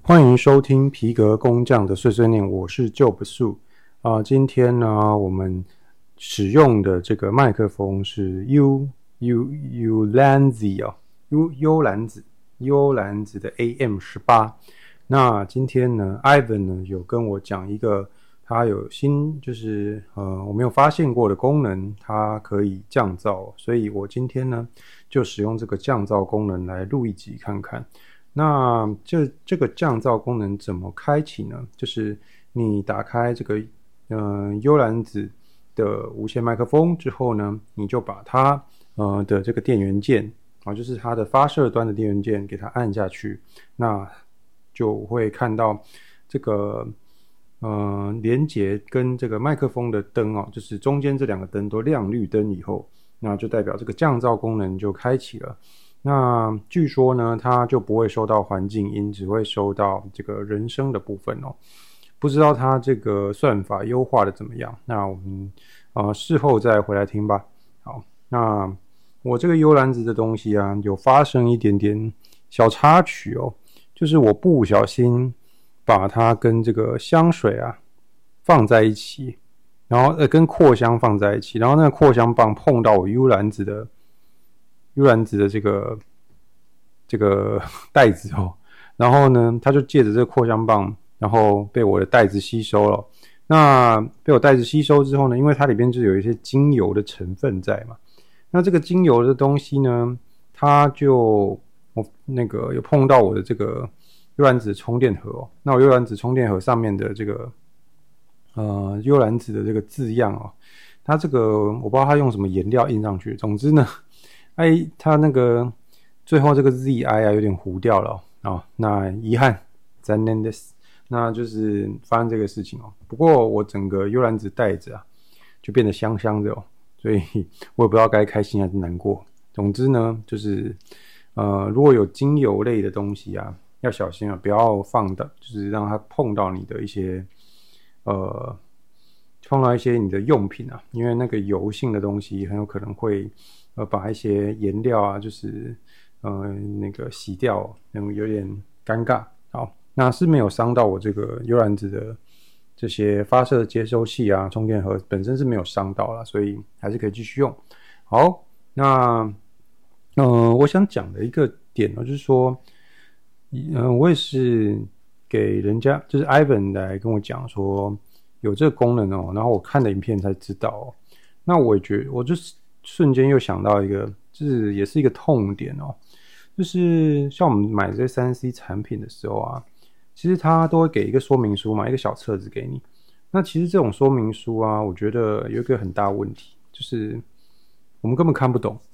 欢迎收听皮革工匠的碎碎念，我是 Job Su。今天呢，我们使用的这个麦克风是 Ulanzi 哦，幽兰子的 AM18。那今天呢 ，Ivan 呢有跟我讲一个他有就是我没有发现过的功能，它可以降噪，所以我今天呢就使用这个降噪功能来录一集看看。那这个降噪功能怎么开启呢？就是你打开这个幽兰子的无线麦克风之后呢，你就把它的这个电源键就是它的发射端的电源键给它按下去，那就会看到这个连接跟这个麦克风的灯就是中间这两个灯都亮绿灯以后，那就代表这个降噪功能就开启了。那据说呢，它就不会收到环境音，只会收到这个人声的部分不知道它这个算法优化的怎么样？那我们事后再回来听吧。好，那我这个幽兰子的东西有发生一点点小插曲就是我不小心把它跟这个香水放在一起，然后跟扩香放在一起，然后那个扩香棒碰到我幽兰子的这个袋子然后呢，它就借着这个扩香棒，然后被我的袋子吸收了。那被我袋子吸收之后呢，因为它里面就有一些精油的成分在嘛，那这个精油的东西呢，它就有碰到我的这个幽兰子充电盒那我幽兰子充电盒上面的这个幽兰子的这个字样它这个我不知道它用什么颜料印上去，总之呢它那个最后这个 ZI 有点糊掉了那遗憾残念です。那就是发生这个事情不过我整个幽兰子袋子就变得香香的所以我也不知道该开心还是难过。总之呢，就是如果有精油类的东西要小心不要放的，就是让它碰到你的一些碰到一些你的用品因为那个油性的东西很有可能会把一些颜料就是洗掉，有点尴尬。好，那是没有伤到我这个幽兰子的这些发射接收器充电盒本身是没有伤到啦，所以还是可以继续用。好，那我想讲的一个点就是说我也是给人家就是 Ivan 来跟我讲说有这个功能然后我看的影片才知道那我也觉得我就是瞬间又想到一个，就是也是一个痛点就是像我们买这些 3C 产品的时候其实它都会给一个说明书嘛，一个小册子给你。那其实这种说明书我觉得有一个很大问题，就是我们根本看不懂。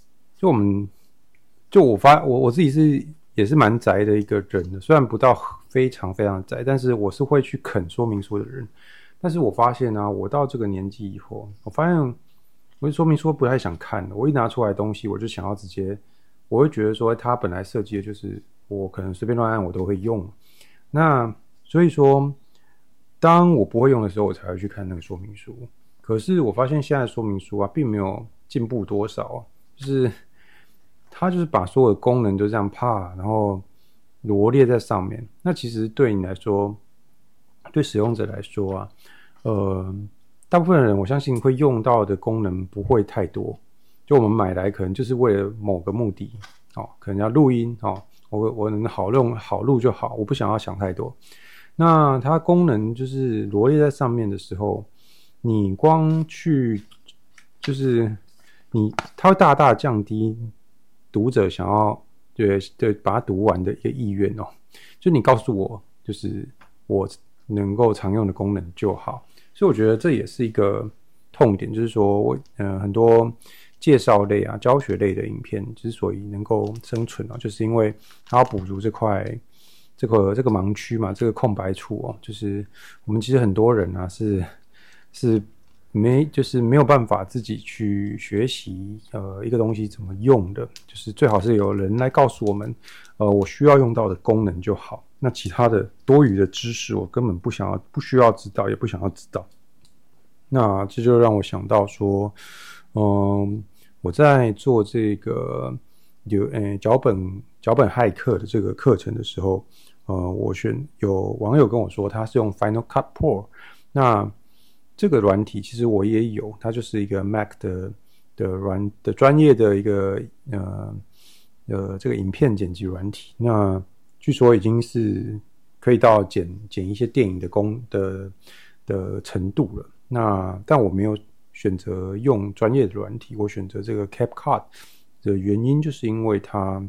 我自己也是蛮宅的一个人的，虽然不到非常非常宅，但是我是会去啃说明书的人。但是我发现我到这个年纪以后，我发现我的说明书不太想看了，我一拿出来的东西我就想要直接，我会觉得说它本来设计的就是我可能随便乱按我都会用。那所以说当我不会用的时候我才会去看那个说明书。可是我发现现在的说明书并没有进步多少就是它就是把所有的功能就这样然后罗列在上面。那其实对你来说，对使用者来说大部分人我相信会用到的功能不会太多，就我们买来可能就是为了某个目的可能要录音我能好录就好，我不想要想太多。那它功能就是罗列在上面的时候，你光去就是它会大大降低读者想要对把它读完的一个意愿就你告诉我就是我能够常用的功能就好。所以我觉得这也是一个痛点，就是说很多介绍类教学类的影片之所以能够生存就是因为它要补足这个盲区嘛，这个空白处就是我们其实很多人是没有办法自己去学习一个东西怎么用的，就是最好是有人来告诉我们我需要用到的功能就好。那其他的多余的知识我根本不需要知道，也不想要知道。那这就让我想到说我在做这个脚本骇客的这个课程的时候有网友跟我说他是用 Final Cut Pro， 那这个软体其实我也有，它就是一个 Mac 的专业的一个这个影片剪辑软体，那据说已经是可以到剪一些电影的程度了。但我没有选择用专业的软体，我选择这个 CapCut 的原因就是因为它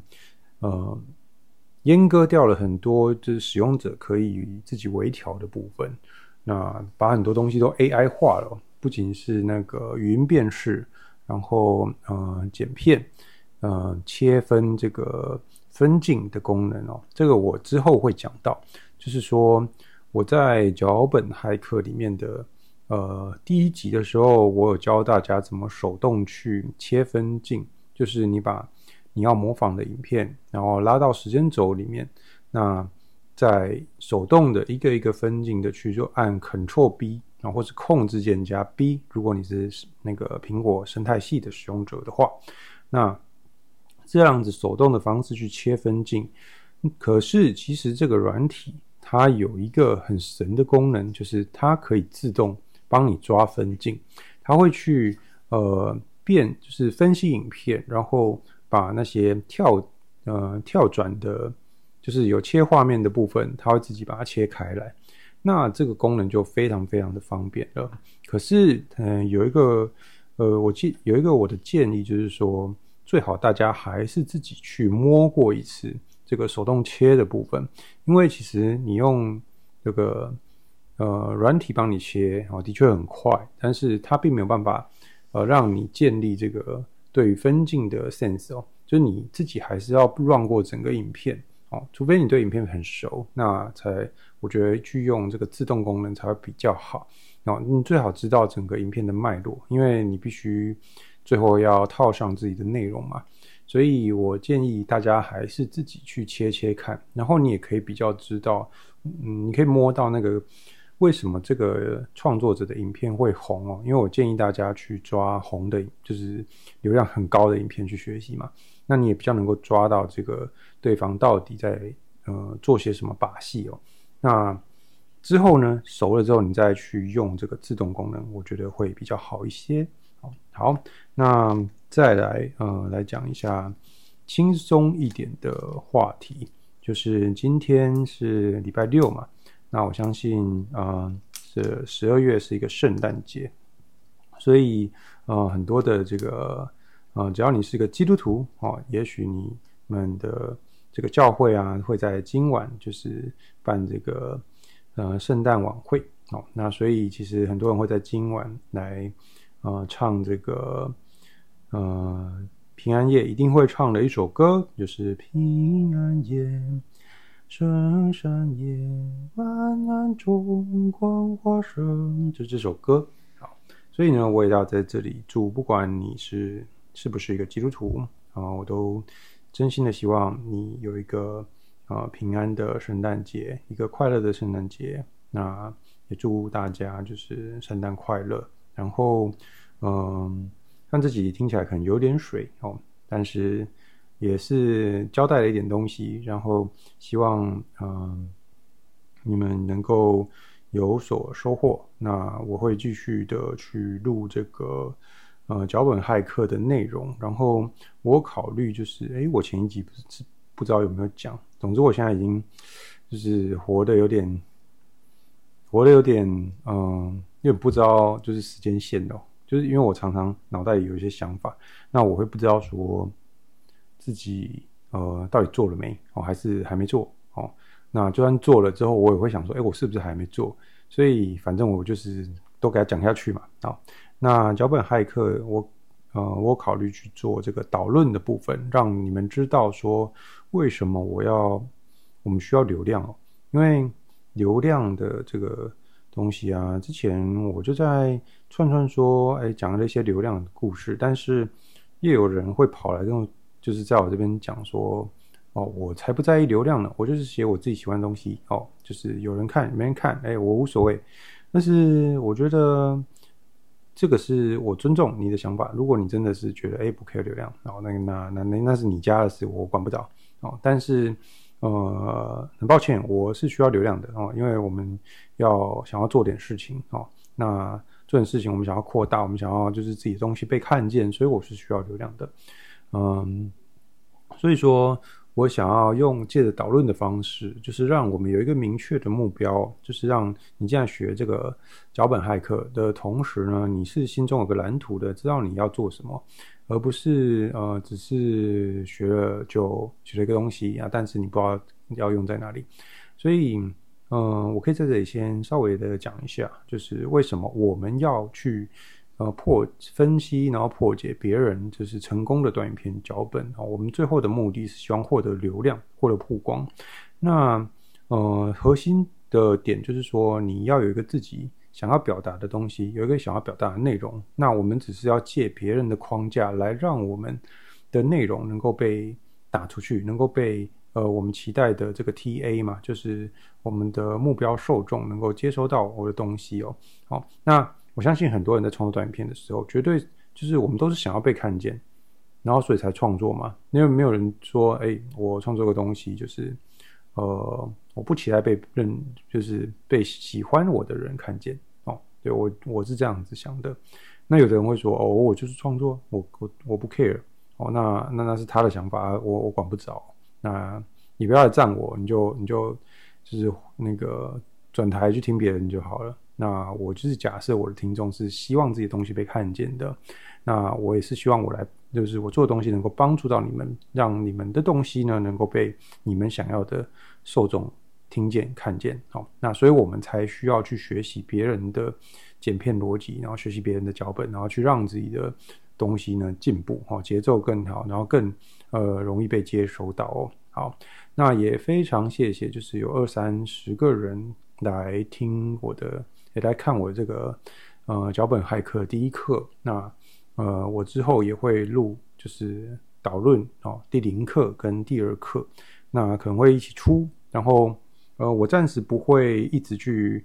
阉割掉了很多就是使用者可以自己微调的部分，那把很多东西都 AI 化了，不仅是那个语音辨识，然后剪片，切分这个分镜的功能哦，这个我之后会讲到，就是说我在脚本骇客里面的第1集的时候，我有教大家怎么手动去切分镜，就是你把你要模仿的影片，然后拉到时间轴里面，那在手动的一个一个分镜的去就按 Ctrl B， 然后或是控制键加 B， 如果你是那个苹果生态系的使用者的话，那这样子手动的方式去切分镜。可是其实这个软体它有一个很神的功能，就是它可以自动帮你抓分镜，它会去就是分析影片，然后把那些跳转的，就是有切画面的部分，它会自己把它切开来。那这个功能就非常非常的方便了。可是有一个我的建议，就是说最好大家还是自己去摸过一次这个手动切的部分，因为其实你用这个软体帮你切的确很快，但是它并没有办法让你建立这个对于分镜的 sense 就是你自己还是要 run 过整个影片除非你对影片很熟，那我觉得去用这个自动功能才会比较好。你最好知道整个影片的脉络，因为你必须最后要套上自己的内容嘛，所以我建议大家还是自己去切看，然后你也可以比较知道你可以摸到那个为什么这个创作者的影片会红因为我建议大家去抓红的，就是流量很高的影片去学习嘛，那你也比较能够抓到这个对方到底在做些什么把戏那之后呢，熟了之后你再去用这个自动功能，我觉得会比较好一些。好，那再来讲一下轻松一点的话题，就是今天是礼拜6嘛，那我相信这12月是一个圣诞节，所以很多的这个只要你是个基督徒也许你们的这个教会会在今晚就是办这个圣诞晚会那所以其实很多人会在今晚来唱这个平安夜一定会唱的一首歌，就是平安夜圣山夜晚安中光华生，就这首歌。好，所以呢我也要在这里祝不管你是不是一个基督徒我都真心的希望你有一个平安的圣诞节，一个快乐的圣诞节。那也祝大家就是圣诞快乐。然后像这集听起来可能有点水但是也是交代了一点东西，然后希望你们能够有所收获。那我会继续的去录这个脚本骇客的内容，然后我考虑就是我前一集不知道有没有讲，总之我现在已经就是活得有点不知道就是时间线就是因为我常常脑袋里有一些想法，那我会不知道说自己到底做了没还是还没做那就算做了之后，我也会想说我是不是还没做，所以反正我就是都给他讲下去嘛那脚本骇客我考虑去做这个导论的部分，让你们知道说为什么我们需要流量因为流量的这个东西之前我就在串说讲了一些流量的故事，但是也有人会跑来跟我就是在我这边讲说我才不在意流量呢，我就是写我自己喜欢的东西就是有人看没人看我无所谓。但是我觉得这个是我尊重你的想法，如果你真的是觉得不 care 流量那是你家的事，我管不着但是很抱歉，我是需要流量的哦，因为我们想要做点事情哦，那做点事情我们想要扩大，我们想要就是自己的东西被看见，所以我是需要流量的。所以说我想要借着导论的方式，就是让我们有一个明确的目标，就是让你现在学这个脚本骇客的同时呢，你是心中有个蓝图的，知道你要做什么，而不是只是学了一个东西啊，但是你不知道要用在哪里。所以我可以在这里先稍微的讲一下，就是为什么我们要去分析，然后破解别人就是成功的短影片脚本我们最后的目的是希望获得流量，获得曝光。那核心的点就是说，你要有一个自己想要表达的东西，有一个想要表达的内容。那我们只是要借别人的框架来让我们的内容能够被打出去，能够被我们期待的这个 TA 嘛，就是我们的目标受众能够接收到我的东西哦。好，那我相信很多人在创作短影片的时候，绝对就是我们都是想要被看见，然后所以才创作嘛。因为没有人说，我创作个东西就是我不期待就是被喜欢我的人看见哦。对，我是这样子想的。那有的人会说，我就是创作，我不 care 哦，那是他的想法，我管不着。那你不要来赞我，你就是那个转台去听别人就好了。那我就是假设我的听众是希望自己的东西被看见的，那我也是希望就是我做的东西能够帮助到你们，让你们的东西呢能够被你们想要的受众听见看见。好，那所以我们才需要去学习别人的剪片逻辑，然后学习别人的脚本，然后去让自己的东西呢进步，节奏更好，然后更容易被接收到哦。好，那也非常谢谢，就是有20-30个人来听也来看我这个脚本骇客第一课。那我之后也会录就是导论第0课跟第2课，那可能会一起出。然后我暂时不会一直去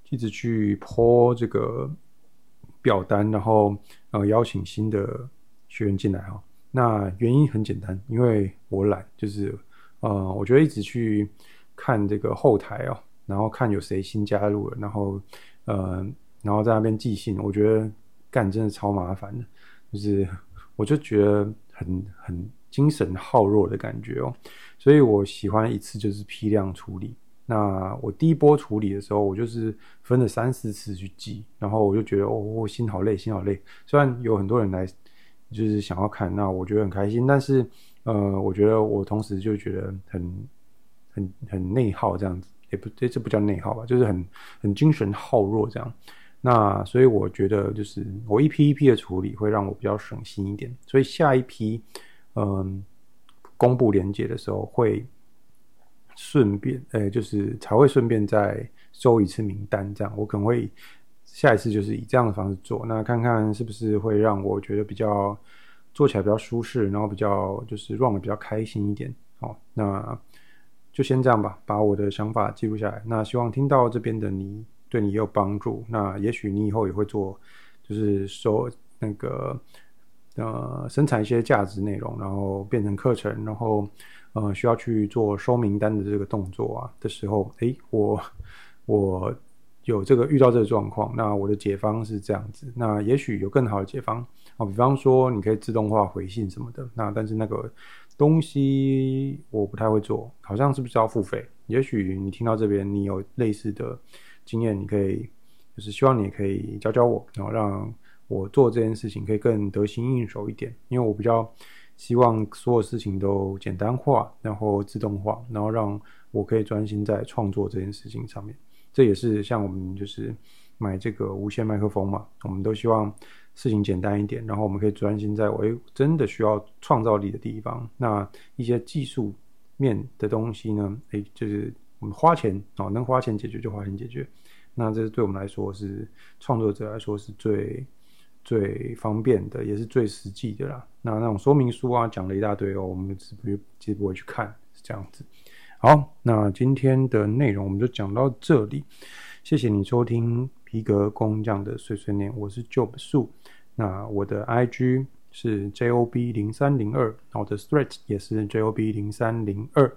po 这个表单，然后邀请新的学员进来那原因很简单，因为我懒，就是我觉得一直去看这个后台然后看有谁新加入了，然后在那边寄信，我觉得干真的超麻烦的，就是我就觉得很精神耗弱的感觉所以我喜欢一次就是批量处理。那我第一波处理的时候，我就是分了3-4次去寄，然后我就觉得我心好累。虽然有很多人来就是想要看，那我觉得很开心，但是我觉得我同时就觉得很内耗这样子，这不叫内耗吧，就是很精神耗弱这样。那所以我觉得就是我一批一批的处理会让我比较省心一点，所以下一批公布连结的时候会顺便就是才会顺便再收一次名单，这样我可能会下一次就是以这样的方式做，那看看是不是会让我觉得比较做起来比较舒适，然后比较就是 run 的比较开心一点。好，那就先这样吧，把我的想法记录下来。那希望听到这边的你对你也有帮助，那也许你以后也会做就是那个生产一些价值内容，然后变成课程，然后需要去做收名单的这个动作的时候，我有遇到这个状况，那我的解方是这样子，那也许有更好的解方比方说你可以自动化回信什么的，但是那个东西我不太会做，好像是不是要付费？也许你听到这边你有类似的经验，你可以就是希望你也可以教我，然后让我做这件事情可以更得心应手一点，因为我比较希望所有事情都简单化，然后自动化，然后让我可以专心在创作这件事情上面。这也是像我们就是买这个无线麦克风嘛，我们都希望事情简单一点，然后我们可以专心在我真的需要创造力的地方。那一些技术面的东西呢，就是我们花钱能花钱解决就花钱解决。那这对我们来说是创作者来说是最方便的，也是最实际的啦。那种说明书讲了一大堆我们其实不会去看，是这样子。好，那今天的内容我们就讲到这里，谢谢你收听皮革工匠的碎碎念，我是 Job Su。那我的 IG 是 JOB0302，我的 Thread 也是 JOB0302。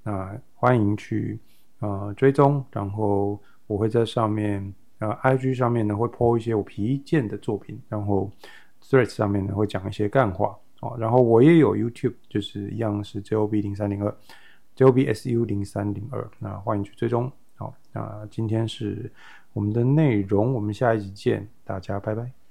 那欢迎去追踪，然后我会在上面IG 上面呢会 po 一些我皮件的作品，然后 Threads 上面呢会讲一些干话然后我也有 YouTube， 就是一样是 JOB0302 JOBSU0302，那欢迎去追踪。好，那今天是我们的内容，我们下一集见，大家拜拜。